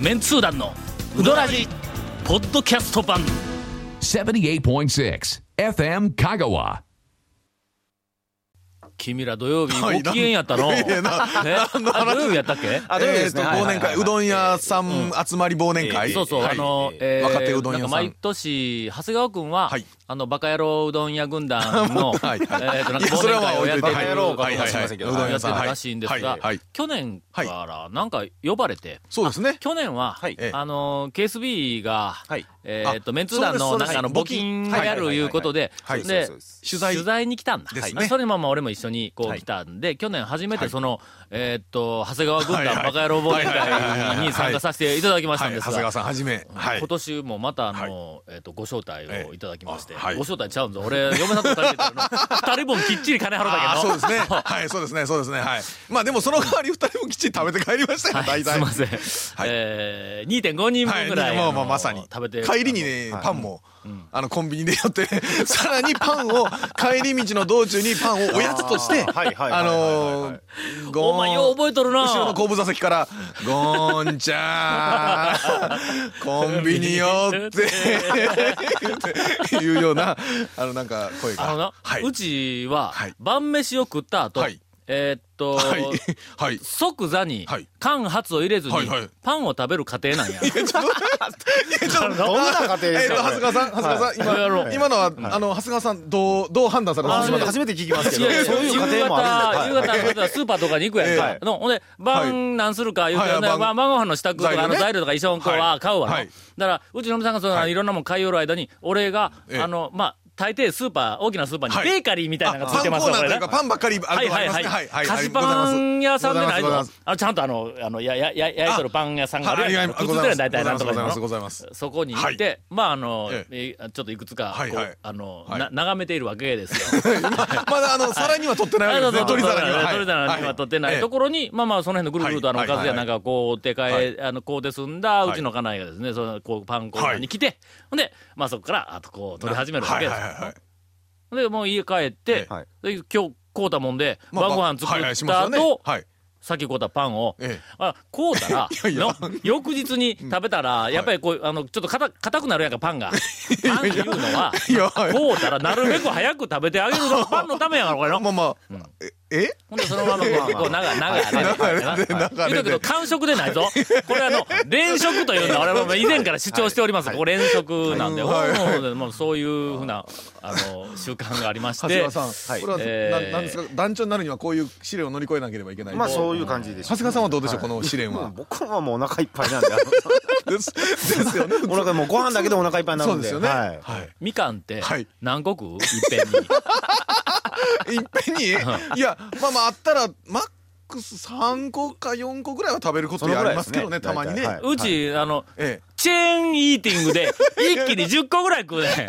メンツー団のウドラジポッドキャスト版 78.6 FM 香川。 君ら土曜日ご機嫌やったの。土曜日やったっけ？ 土曜日ですね。忘年会、うどん屋さん集まり忘年会。 そうそう、 若手うどん屋さん。 毎年長谷川くんは、バカ野郎うどん屋軍団の忘年会をやってるらしいんですが、去年からなんか呼ばれて、 そうですね。 去年はKSB がメンツー団のなんか募金をやるいうことで、で取材に来たんだ。それに俺も一緒にこう来たんで、去年初めてその長谷川軍団バカ野郎忘年会に参加させていただきましたんですが、 長谷川さんはじめ、 今年もまたご招待をいただきまして、ご招待ちゃうんぞ。俺嫁さんと2人で2人分きっちり金払ったけど。 そうですね。はい、そうですね、そうですね。はい。まあでもその代わり2人分きっちり食べて帰りましたよ。大体。 すみません。2.5 人分ぐらいまさに食べて帰りにねパンも。コンビニで寄ってさらにパンを帰り道の道中にパンをおやつとしてお前よう覚えとるな。 後ろの後部座席からゴンちゃんコンビニ寄っていうようななんか声がうちは晩飯を食った後即座に間髪を入れずにパンを食べる家庭なんや。 どんな家庭ですか？長谷川さん、今のは長谷川さんどう判断されますか？ 初めて聞きますけど、そういう家庭もあるんです夕方スーパーとかに行くやんか。ほんで晩なんするか言うて晩ご飯の支度とか材料とか一緒に買うわの。だからうちの嫁さんがいろんなもん買い寄る間に俺が大抵大きなスーパーにベーカリーみたいなのがついてますよ。 パンばっかりあるとありますね。 菓子パン屋さんでないぞ。ちゃんと焼いとるパン屋さんがあるやん。普通で大体なんとかの。そこに行って、ちょっといくつか眺めているわけですよ。 まだ皿には取ってないわけですね。取り皿には取ってないところに、その辺のぐるぐるとおかずやなんかこう手替えこうで済んだうちの家内がですね、そのパンコーナーに来て、ほんでそこからこう取り始めるわけです。でもう家帰って、今日買うたもんで晩ご飯作った後、さっき買うたパンを買うたら翌日に食べたらやっぱりこうちょっと硬くなるやんかパンが。パンっていうのは買うたらなるべく早く食べてあげるのパンのためやからこれの。ほんでそのままこう長れ言うとけど完食でないぞ。これ連食というのは俺は以前から主張しております。ここ連食なんで、もうそういうふうな習慣がありまして。 長谷川さん、これは何ですか？団長になるにはこういう試練を乗り越えなければいけない。 そういう感じです。 長谷川さんはどうでしょう、この試練は？ 僕はもうお腹いっぱいなんで。 ですよね。 お腹もうご飯だけでお腹いっぱいになるんで。 そうですよね。 みかんって何個食う？いっぺんに。 いっぺんに？いや、あったらマックス3個か4個ぐらいは食べることありますけどね、たまにね。 うちチェーンイーティングで一気に10個ぐらい食うねん。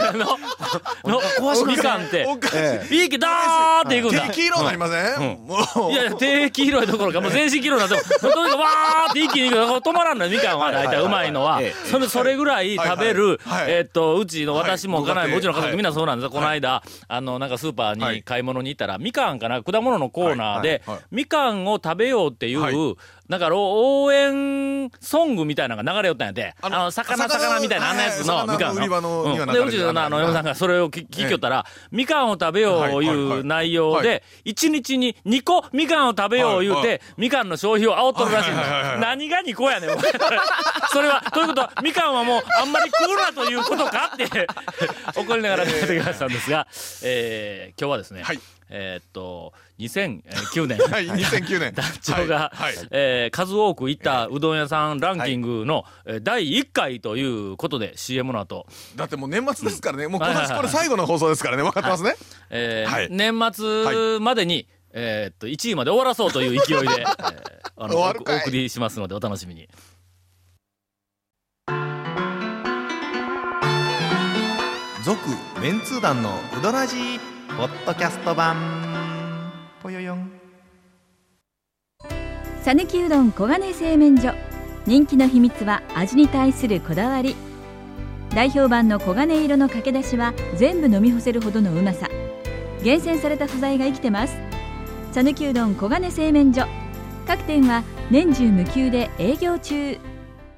みかんって一気にダーっていくんだ。 低黄色になりません？ いや低黄色いどころかもう全身黄色になってもとにかくわーって一気にいく。止まらんのよみかんは大体うまいのは。それぐらい食べるうちの私も家内もうちの家族みんなそうなんですよ。この間なんかスーパーに買い物に行ったらみかんかな果物のコーナーでみかんを食べようっていうなんか応援ソングみたいなのが流れよったんやて。魚みたいなあんなやつのみかんの。でうちの嫁さんがそれを聞きよったらみかんを食べよういう内容で1日に2個みかんを食べよう言うてみかんの消費を煽っとるらしいんだ。何が2個やねん。それはということはみかんはもうあんまり食うなということかって怒りながら出てきましたんですが、今日はですね2009年 2009年団長が数多く行ったうどん屋さんランキングの第1回ということで CM の後だってもう年末ですからね。もう今年これ最後の放送ですからね。分かってますね。 年末までに1位まで終わらそうという勢いでお送りしますのでお楽しみに。 続メンツー団のウドラジーポッドキャスト版ぽよよん。 さぬきうどん黄金製麺所、人気の秘密は味に対するこだわり。代表版の黄金色のかけだしは全部飲み干せるほどのうまさ。厳選された素材が生きてます。さぬきうどん黄金製麺所、各店は年中無休で営業中。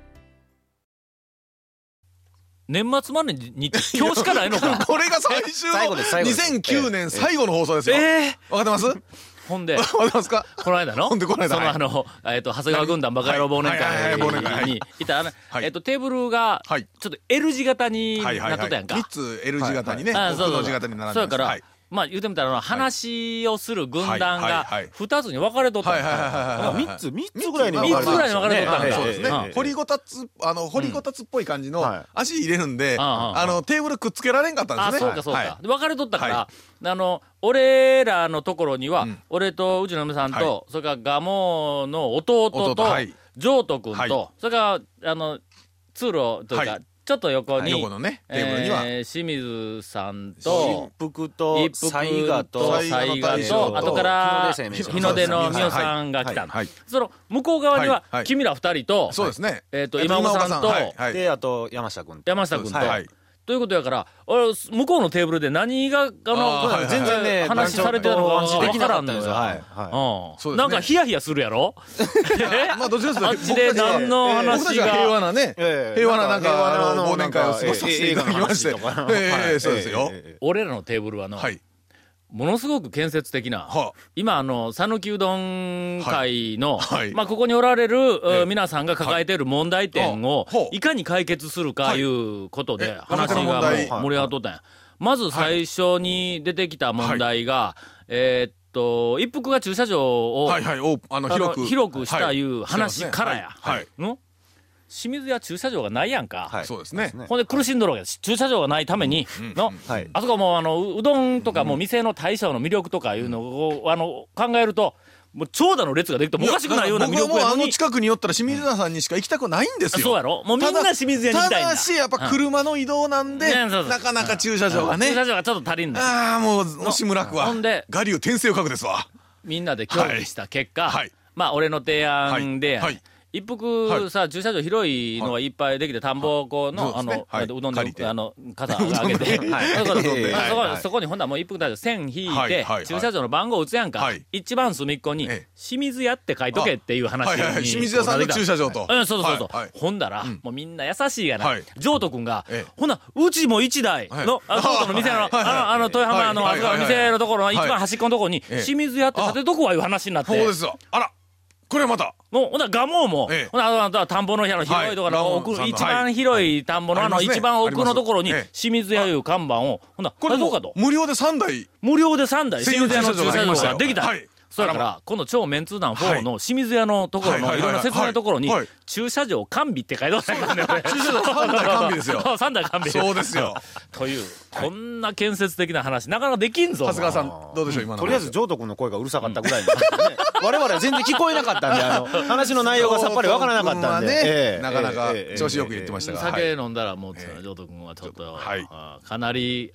年末までに今日しかないのか。 これが最終の2009年最後の放送ですよ。わかってます？ ほんで、 わかってますか？ この間の、 ほんでこの間その長谷川軍団バカ野郎忘年会にいたテーブルが、ちょっと L 字型になっとったやんか。 3つ L 字型にね、 そうの字型に並んでます。 そうやから、まあ言うてみたら話をする軍団が2つに分かれとったんだ。 3つぐらいに分かれとった。 3つぐらいに分かれとったんだ。 そうですね。掘りごたつっぽい感じの足入れるんで、テーブルくっつけられんかったんですね。 そうかそうか。分かれとったから、俺らのところには、俺とうちの嫁さんと、それから蒲生の弟と、譲渡君と、それから通路というか、ちょっと横に、 横のね、テーブルには、 清水さんと、 一服と、雑賀と、 後から、日の出のみおさんが来たの。その、向こう側には、君ら二人と、 そうですね。 今岡さんと、 で、あと、山下君と。 ということやから、俺、向こうのテーブルで何が、 全然ね、 話されてるのかできなかったんですよ。なんかヒヤヒヤするやろ？ まあ、どちらかというと、 あっちで何の話が。 平和なね、平和ななんか、忘年会を過ごさせていただきまして。そうですよ。 俺らのテーブルはものすごく建設的な、今讃岐うどん会の、まあここにおられる皆さんが抱えている問題点をいかに解決するかいうことで話がもう盛り上がっとったんや。まず最初に出てきた問題が、一服が駐車場を広くしたいう話からや。清水屋駐車場がないやんか。 そうですね。 ほんで苦しんどるわけです。駐車場がないためにあそこもうどんとかもう店の大将の魅力とかいうのを考えると、もう長蛇の列ができてもおかしくないような魅力やのに。 僕はもう近くに寄ったら清水屋さんにしか行きたくないんですよ。 そうやろ？もうみんな清水屋に行きたいんだ。 ただし、やっぱ車の移動なんで、なかなか駐車場がね。 駐車場がちょっと足りんだ。 ああ、もう、吉村区は。 ほんで、 我流転生を書くですわ。 みんなで協議した結果、まあ俺の提案で、一服さ、駐車場広いのがいっぱいできて、田んぼこの、うどんで、傘上げて、そこにほんならもう一服だと線引いて、駐車場の番号打つやんか。一番隅っこに、清水屋って書いとけっていう話に。 清水屋さんの駐車場と。 そう。ほんだら、もうみんな優しいがな。譲渡君が、ほんなうちも一台の、譲渡の店の、豊浜の、店のところの一番端っこのところに、清水屋って立てとこはいう話になって。 そうですよ。あら。これまた。 ほんなら、蒲生も、ほんなら、田んぼの広いところの奥、一番広い田んぼの一番奥のところに、清水屋いう看板を、ほんなら、これどうかと。 無料で3台。 清水屋の駐車場ができた。それから、今度超メンツー団4の清水屋のところのいろんな説明のところに、駐車場完備って書いてあったんだよね。 駐車場3台完備ですよ。 3台完備。 そうですよ。 という、こんな建設的な話、なかなかできんぞ。 長谷川さん、どうでしょう、今の。 とりあえず、譲渡君の声がうるさかったぐらいの。我々は全然聞こえなかったんで、話の内容がさっぱりわからなかったんで。 なかなか調子よく言ってましたが。 酒飲んだらもう、譲渡君はちょっと、かなり、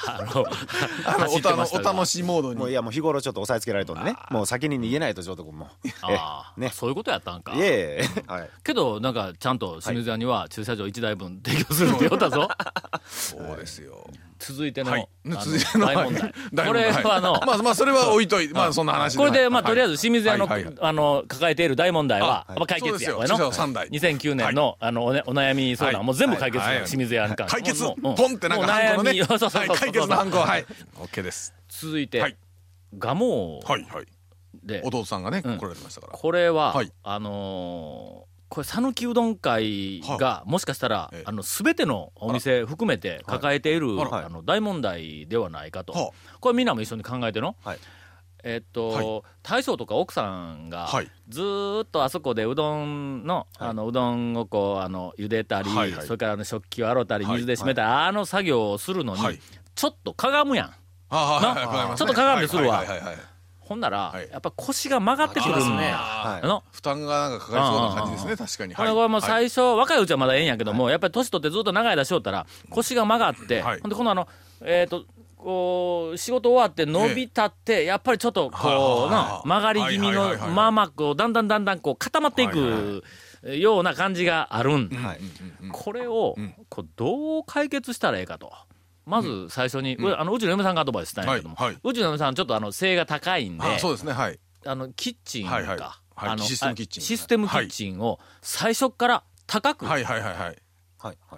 お楽しいモードに。 いや、もう日頃ちょっと押さえつけられとんでね。もう先に逃げないと、譲渡君も。 そういうことやったんか。 けど、なんか、ちゃんと清水屋には駐車場1台分提供するって言ったぞ。 そうですよ。 続いての大問題。 これはまあそれは置いといて、まあそんな話で。 これでまあとりあえず清水屋の抱えている大問題は解決や。2009年のお悩み相談もう全部解決や。清水屋に関して。 解決ポンってなんかハンコのね。解決のハンコはい。OK です。 続いて蒲生で弟さんがね来られましたから。 これはこれ讃岐うどん会がもしかしたら全てのお店含めて抱えている大問題ではないかと。これみんなも一緒に考えての。大将とか奥さんがずーっとあそこでうどんのうどんをこう茹でたり、それから食器を洗ったり水で締めたり作業をするのにちょっとかがむやん。ちょっとかがんでするわ。ほんなら、やっぱ腰が曲がってくるんね。 負担がなんかかかりそうな感じですね、確かに。 これはもう最初、若いうちはまだええんやけども、やっぱり年取ってずっと長い間しよったら、腰が曲がって、ほんで、このこう、仕事終わって伸びたって、やっぱりちょっと、こう、曲がり気味のまま、こう、だんだんこう、固まっていくような感じがあるん。これを、どう解決したらええかと。まず最初に、うちの嫁さんがアドバイスしたんやけども、うちの嫁さんちょっと背が高いんで、 そうですね、はい。 キッチンが、 システムキッチン。 システムキッチンを最初から高く、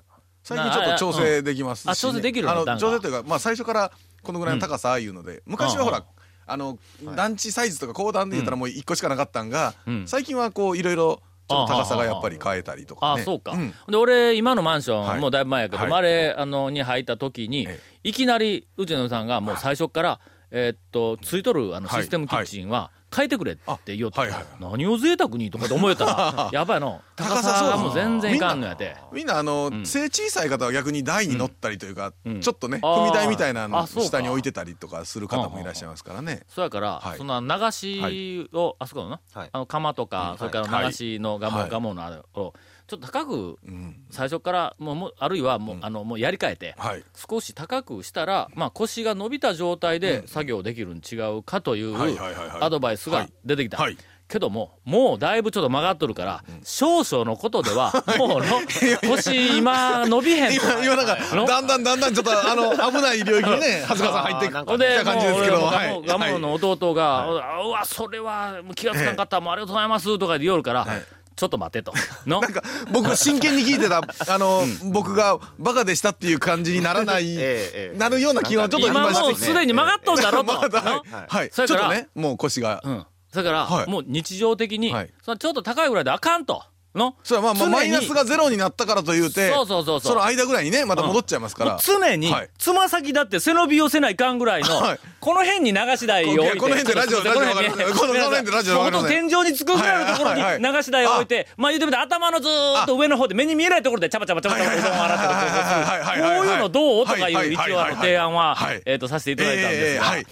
最近ちょっと調整できますしね。 調整できるようになったんか。 調整というか、まあ最初からこのぐらいの高さいうので、昔はほら、団地サイズとか公団で言ったらもう1個しかなかったんが、最近はこういろいろちょっと高さがやっぱり変えたりとかね。 そうか。で、俺、今のマンション、もうだいぶ前やけど、あれ、に入った時に、いきなり、うちのさんがもう最初から、ついとるシステムキッチンは変えてくれって言おうと、何を贅沢にとかって思えたら、やばいの。高さがもう全然いかんのやて。 みんな背小さい方は逆に台に乗ったりというか、ちょっとね、踏み台みたいなの下に置いてたりとかする方もいらっしゃいますからね。 そうやから、その流しを、あそこのな、釜とか、それから流しのガモのあれを、ちょっと高く、最初から、あるいはもうやり替えて、少し高くしたら、まあ腰が伸びた状態で作業できるに違うかというアドバイスが出てきた。けどもうだいぶちょっと曲がっとるから、少々のことでは、もう腰今伸びへんと。 今なんか、だんだんちょっと危ない領域にね、長谷川さん入ってきた感じですけど、 ガモの弟が、うわ、それは気がつかんかった、もうありがとうございますとかで言おるから、ちょっと待てと。 なんか、僕、真剣に聞いてた、僕がバカでしたっていう感じにならない、なるような気はちょっと今もうすでに曲がっとんだろと。 はい。ちょっとね、もう腰が。 だから、もう日常的に、ちょっと高いぐらいであかんと。 それはまあマイナスがゼロになったからというて、その間ぐらいにね、また戻っちゃいますから。 常に、つま先だって背伸びをせないかんぐらいの、この辺に流し台を置いて。 この辺でラジオ、この辺でラジオ。 ほんと天井につくぐらいのところに流し台を置いて、まあ言うてみたら頭のずーっと上の方で目に見えないところでチャパチャパうどんを洗ってる。こういうのどうとかいう一応提案は、させていただいたん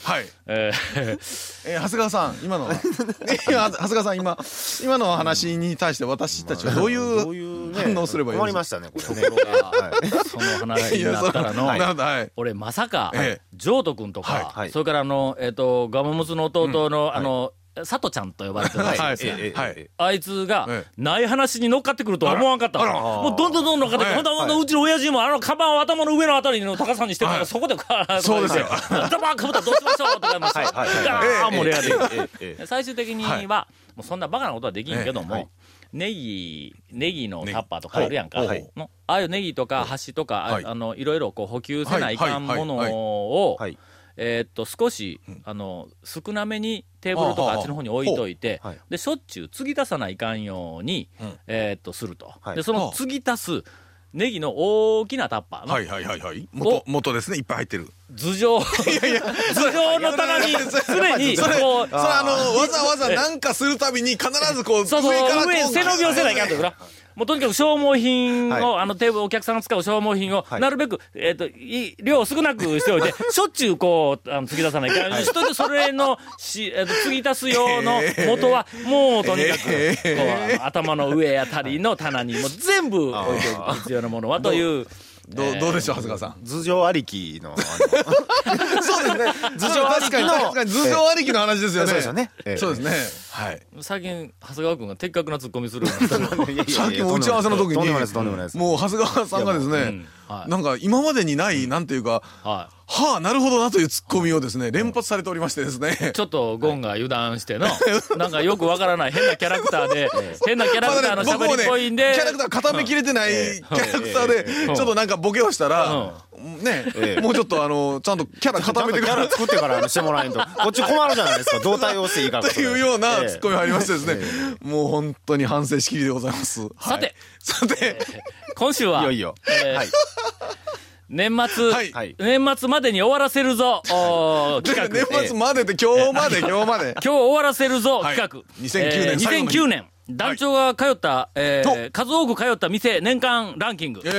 ですが。 長谷川さん、今の、長谷川さん、今の話に対して私たちはどういう反応すればいいですか？ 困りましたね、これね。 その話になったらの、俺まさか、譲渡君とか、それからガモムスの弟の、佐藤ちゃんと呼ばれてるあいつがない話に乗っかってくるとは思わんかった。もうどんどん乗っかってくる。ほんとうちの親父もカバンを頭の上のあたりの高さにしてるから、そこでそうですよ。 頭かぶったらどうしましょうとか言いました。ガーン盛り上がって最終的にはもうそんなバカなことはできんけども、ネギのタッパーとかあるやんか。ああいうネギとか箸とかいろいろ補給せないかんものを少し少なめにテーブルとかあっちの方に置いといて、でしょっちゅう継ぎ足さないかんようにすると。でその継ぎ足すネギの大きなタッパー元ですね、いっぱい入ってる頭上の棚に常にこうわざわざなんかするたびに必ずこう上からこう背伸びをせないかんというか、もうとにかく消耗品を、テーブルお客さんが使う消耗品を、なるべく、量を少なくしておいて、しょっちゅうこう、継ぎ出さないかん。一つそれの、継ぎ足す用の元は、もうとにかく、こう、頭の上あたりの棚に、もう全部置いておく必要なものはという。 どうでしょう、長谷川さん。 頭上ありきの。 そうですね。頭上ありきの。確かに頭上ありきの話ですよね。 そうですよね。 そうですね。はい。 最近、長谷川君が的確なツッコミする。 さっきも打ち合わせの時に、もう長谷川さんがですね、なんか今までにない、なんていうか、なるほどなというツッコミをですね、連発されておりましてですね。 ちょっとゴンが油断しての、なんかよくわからない変なキャラクターで、変なキャラクターの喋りっぽいんで。 キャラクター固めきれてないキャラクターで、ちょっとなんかボケをしたら、ね、もうちょっとちゃんとキャラ固めてから。 キャラ作ってからしてもらえんと。こっち困るじゃないですか、どう対応していいか。 というようなツッコミ入りましてですね、もう本当に反省しきりでございます。 さて、今週は、 いよいよ。 年末までに終わらせるぞ企画。 年末までで今日まで。 今日終わらせるぞ企画。2009年。団長が通った、数多く通った店年間ランキング。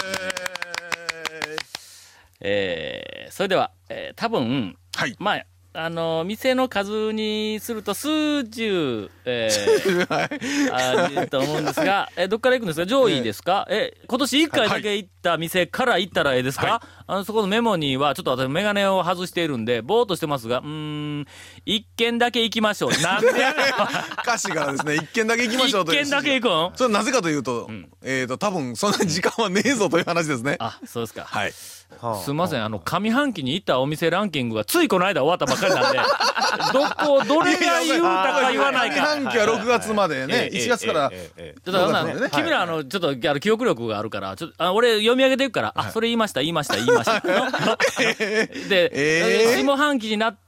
それでは、多分、まあ、店の数にすると数十、と思うんですが、どっから行くんですか？上位ですか？今年1回だけ行った店から行ったらですか？そこのメモには、ちょっと私メガネを外しているんで、ぼーっとしてますが、一軒だけ行きましょう。なんでやねん。 歌詞からですね、一軒だけ行きましょうという。 一軒だけ行くん？ それなぜかというと、多分そんな時間はねえぞという話ですね。 あ、そうですか。 はい。 すいません、上半期に行ったお店ランキングがついこの間終わったばっかりなんで、どれが言うたか言わないか。 上半期は6月までね、1月から。 君らちょっと記憶力があるから、俺読み上げていくから、それ言いました。で、下半期になって、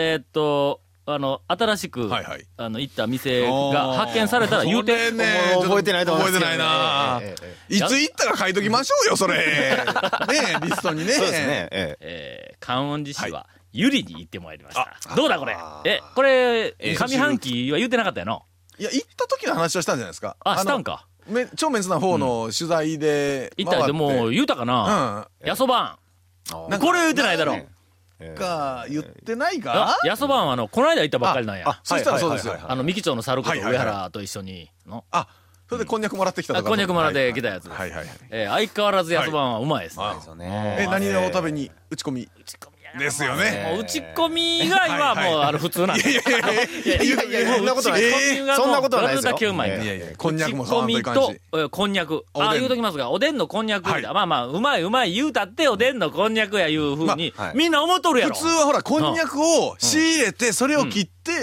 新しく、行った店が発見されたら言うて。 覚えてないと思います。 覚えてないな。いつ行ったか書いときましょうよ、それ。ねリストにね。 そうですね。 観音寺市は、ゆりに行ってまいりました。どうだこれ。これ、上半期は言うてなかったよな。 いや、行った時の話はしたんじゃないですか。 したんか。 超メンツな方の取材で。 行ったでもう言うたかな。やそばん。これ言うてないだろ。 言ってないか。 やそばんはこの間行ったばっかりなんや。 そしたらそうですよ。 三木町の猿子と上原と一緒にの。 それでこんにゃくもらってきたとか。 こんにゃくもらってきたやつ。相変わらずやそばんはうまいですね。 何を食べに打ち込みですよね。 もう打ち込みが今もう普通なんで。いやそんなことない。そんなことはないですよ。 だけうまい。 こんにゃくもそうなんといかんし。 こんにゃく。言うときますが、おでんのこんにゃく。まあまあ、うまい言うたっておでんのこんにゃくやいうふうに、みんな思っとるやろ。 普通はほら、こんにゃくを仕入れて、それを切って、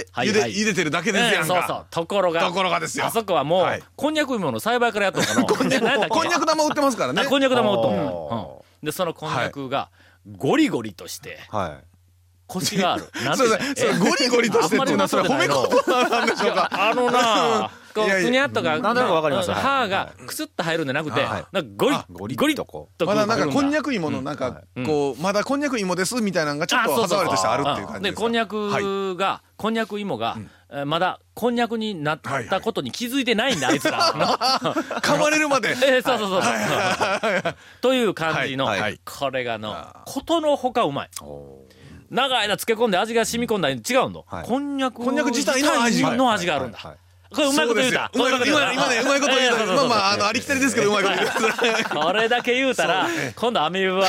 茹でてるだけですやんか。 そうそう。ところがですよ。あそこはもう、こんにゃく芋の栽培からやっとんかな。 こんにゃく玉売ってますからね。 こんにゃく玉売っとん。で、そのこんにゃくが、ゴリゴリとして、コシがある。 それゴリゴリとしてっていうのはそれ褒め言葉なんでしょうか。 ふにゃっとか、 なんとなくわかります。 歯がクスッと入るんじゃなくて、ゴリッと。 まだなんかこんにゃく芋のなんかこうまだこんにゃく芋ですみたいなのがちょっと歯触りとしてあるっていう感じです。 でこんにゃく芋がまだこんにゃくになったことに気づいてないんだあいつら。 噛まれるまで。 そう。という感じのこれがことのほかうまい。長い間漬け込んで味が染み込んだら違うんだ。こんにゃく自体の味があるんだ。これうまいこと言うた。 今ね、うまいこと言うた。まあありきたりですけどうまいこと言うた。 これだけ言うたら、今度アメユは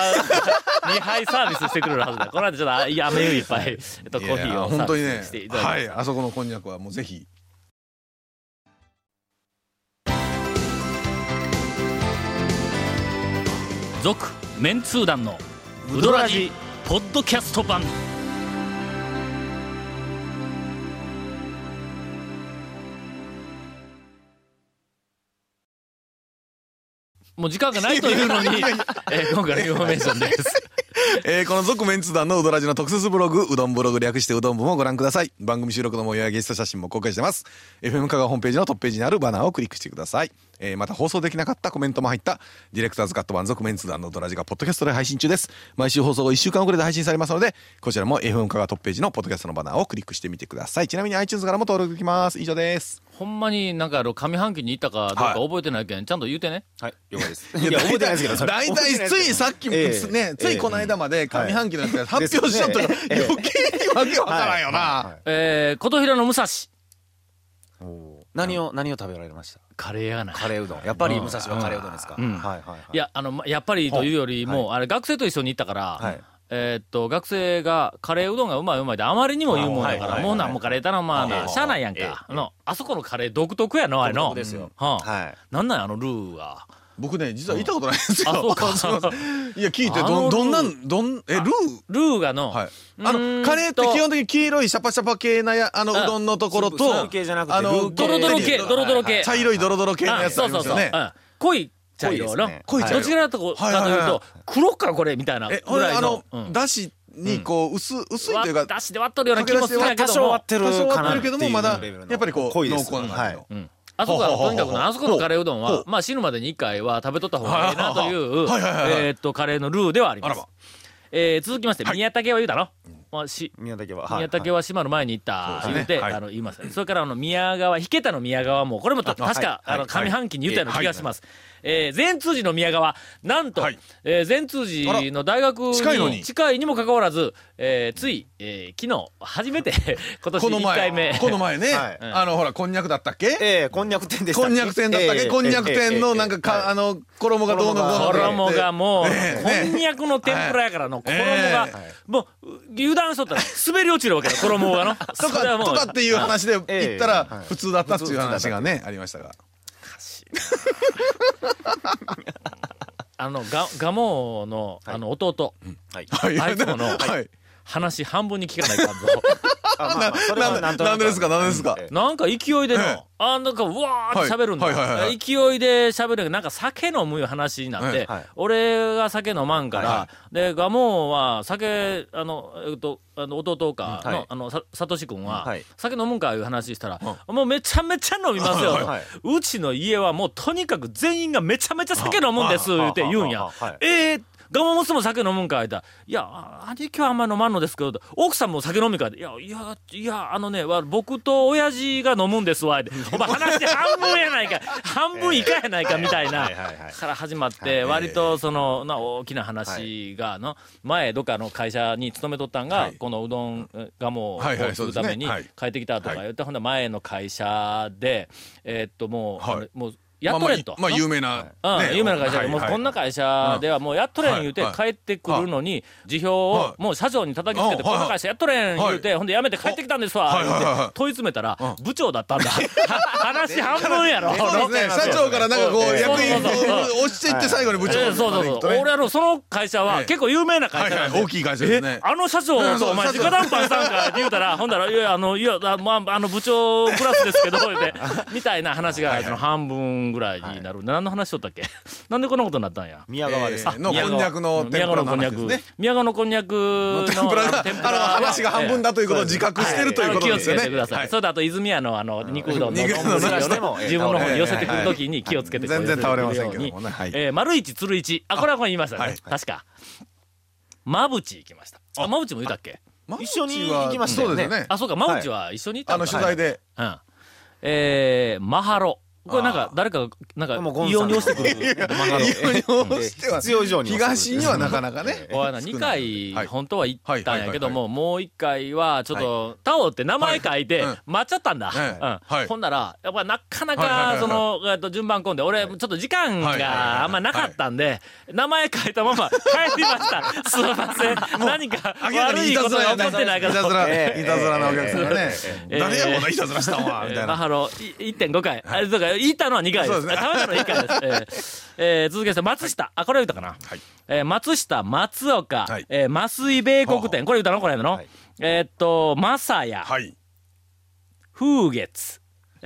2杯サービスしてくれるはずだ。この間ちょっとアメユいっぱい、コーヒーをサービスしていただいて。 はい、あそこのこんにゃくはもうぜひ。 続メンツー団のウドラジポッドキャスト版。もう時間がないというのに、今回のインフォメーションです。 この続メンツ団のうどらじの特設ブログ、うどんブログ略してうどん部もご覧ください。番組収録の模様やゲスト写真も公開してます。FM 香川ホームページのトップページにあるバナーをクリックしてください。また放送できなかったコメントも入ったディレクターズカット版続メンツ団のうどらじがポッドキャストで配信中です。毎週放送後1週間遅れで配信されますので、こちらも FM 香川トップページのポッドキャストのバナーをクリックしてみてください。ちなみに iTunes からも登録できます。以上です。 ほんまになんか上半期に行ったかどうか覚えてないけん、ちゃんと言うてね。 はい、了解です。いや、覚えてないですけど、 大体ついさっきね、ついこの間まで上半期のやつ発表しちゃったから余計にわけわからんよな。 琴平の武蔵。 何を食べられました？ カレーやな。 カレーうどん。やっぱり武蔵はカレーうどんですか？ いや、やっぱりというよりも、あれ学生と一緒に行ったから、学生がカレーうどんがうまいであまりにも言うもんだから、もうなんもカレー頼まなしゃあないやんか。あそこのカレー独特やのあれの。 独特ですよ。 なんなんルーは。 僕ね実は行ったことないんですよ。 そうか。 いや聞いてどんなんルーがのカレーって基本的に黄色いシャパシャパ系なうどんのところとドロドロ系茶色いドロドロ系のやつありますよね。 濃い茶色のどちらかというと黒かこれみたいなぐらいのだしにこう薄いというかだしで割っとるような気もするんやけども多少割ってるけどもまだやっぱりこう濃厚な感じの。 あそこはとにかくあそこのカレーうどんはまあ死ぬまでに1回は食べとった方がいいなというカレーのルーではあります。続きまして宮武は言うたの。宮武は閉まる前に行った言うて言います。それから宮川引田の宮川もこれも確か上半期に言ったような気がします。善通寺の宮川なんと善通寺の大学に近いにもかかわらずつい昨日初めて今年1回目この前ねほらこんにゃくだったっけ？ こんにゃく店でしたっけ？ こんにゃく店だったっけ？こんにゃく店のなんか衣がどうのこうの衣がもうこんにゃくの天ぷらやからの衣がもう油断しとったら滑り落ちるわけだ衣がのとかっていう話で言ったら普通だったっていう話がねありましたがガモの弟あいつもの話半分に聞かないかんぞなんでですかなんか勢いでの、なんかうわーって喋るんだ。勢いで喋るなんか酒飲むいう話になって、俺が酒飲まんから、で、ガモは酒、弟かの、サトシ君は、酒飲むんかいう話したら、もうめちゃめちゃ飲みますよ。うちの家はもうとにかく全員がめちゃめちゃ酒飲むんです、言うて言うんや。ガモモスも酒飲むんか言ったら、いや、兄貴はあんま飲まんのですけど、奥さんも酒飲みかいや、僕と親父が飲むんですわ。お前話して半分やないか、半分以下やないかみたいな、から始まって、割と大きな話が、前どっかの会社に勤めとったんが、このうどんガモをするために帰ってきたとか言って、ほんで前の会社で、もう、やっとれんと。 有名な。 有名な会社で、もうこんな会社ではもうやっとれん言うて帰ってくるのに、辞表をもう社長に叩きつけて、こんな会社やっとれん言うて、ほんで辞めて帰ってきたんですわ、言うて問い詰めたら、部長だったんだ。話半分やろ。 そうですね。社長からなんかこう、役員押していって最後に部長。 そう。俺その会社は結構有名な会社なんで。 大きい会社ですね。 あの社長とお前直談判したんかって言うたら、ほんだら、部長クラスですけど、言うて、みたいな話が半分ぐらいになる。何の話しとったっけ？なんでこんなことになったんや？ 宮川です。 のこんにゃくの天ぷらの話ですね。 宮川のこんにゃくの天ぷらが話が半分だということを自覚してるということですよね。 気をつけてください。それとあと泉屋の肉うどんの自分の方に寄せてくるときに気をつけてください。 全然倒れませんけどもね。丸一鶴一。これはこれ言いましたね。確か。まぶち行きました。まぶちも言ったっけ？ 一緒に行きましたよね。 そうか、まぶちは一緒に行ったんだ。 取材で。 マハロ。これなんか、誰か、なんか、異様に押してくる。 異様に押しては、必要以上に。東にはなかなかね。 2回、本当は行ったんやけども、もう1回は、ちょっと、タオって名前書いて、待っちゃったんだ。ほんなら、やっぱなかなか、順番込んで、俺、ちょっと時間があんまなかったんで、名前書いたまま帰りました。すいません。何か、悪いことが起こってないから。 いたずらなお客さんがね。誰やこんないたずらしたんは、みたいな。 マハロ、1.5回。行ったのは2回です。食べたのは1回です。続けて、松下。これ言ったかな。松下、松岡、増井米国店。これ言ったのこれやの。正屋。風月。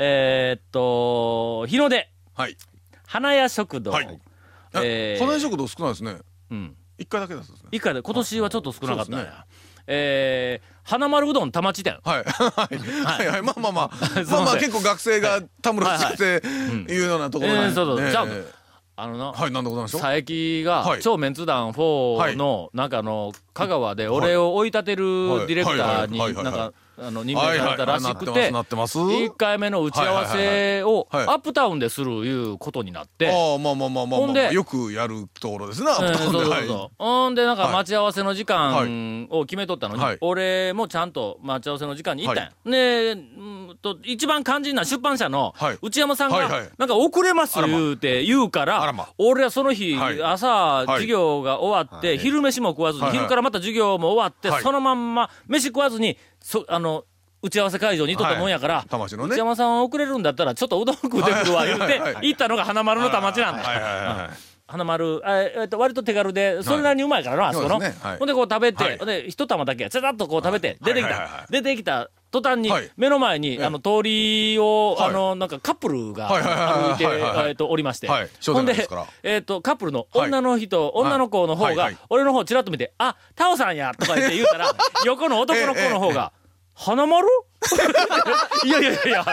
日の出。花屋食堂。 花屋食堂少ないですね。1回だけですね。 1回で、今年はちょっと少なかったんや。花丸うどん田町店。 まあ結構学生がたむろしていうようなところなんで。 じゃあ、 なんでございましょう。 佐伯が、超メンツ団4の、なんか香川で俺を追い立てるディレクターに、なんか、任命されたらしくて、1回目の打ち合わせをアップタウンでするいうことになって、 よくやるところですね、アップタウンで。 ほんで、なんか待ち合わせの時間を決めとったのに、俺もちゃんと待ち合わせの時間に行ったんや。で、一番肝心な出版社の内山さんが、なんか遅れます言うから、俺はその日、朝、授業が終わって、昼飯も食わずに、昼からまた授業も終わって、そのまんま、飯食わずに、打ち合わせ会場にいとったもんやから、内山さん遅れるんだったら、ちょっとうどん食うてくるわ、言うて、行ったのが花丸の田町なんだ。花丸、割と手軽で、それなりにうまいからな、あそこの。ほんでこう食べて、で、一玉だけ、ちゃちゃっとこう食べて、出てきた。出てきた途端に、目の前に、通りを、なんかカップルが歩いて、おりまして。ほんで、カップルの女の子の方が、俺の方チラッと見て、あ、タオさんやとか言ったら、横の男の子の方が、花丸いや、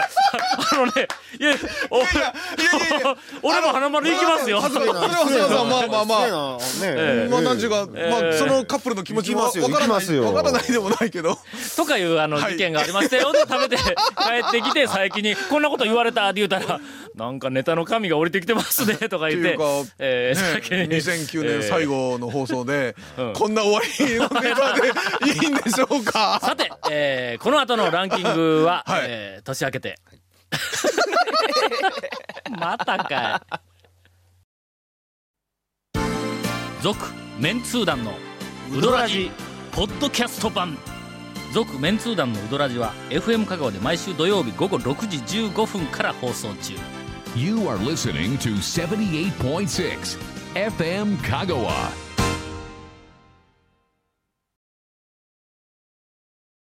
俺も花丸行きますよ。 まあ、なんちゅうか、そのカップルの気持ちもわからないでもないけど。 とかいう事件がありまして、ほんで食べて帰ってきて、佐伯に、こんなこと言われたって言うたら、なんかネタの神が降りてきてますね、とか言って。 2009年最後の放送で、こんな終わりのネタでいいんでしょうか。 さて、この後のランキングは、年明けて。またかい。続メンツー団のウドラジポッドキャスト版。続メンツー団のウドラジは FM 香川で毎週土曜日午後6時15分から放送中。 You are listening to 78.6 FM 香川。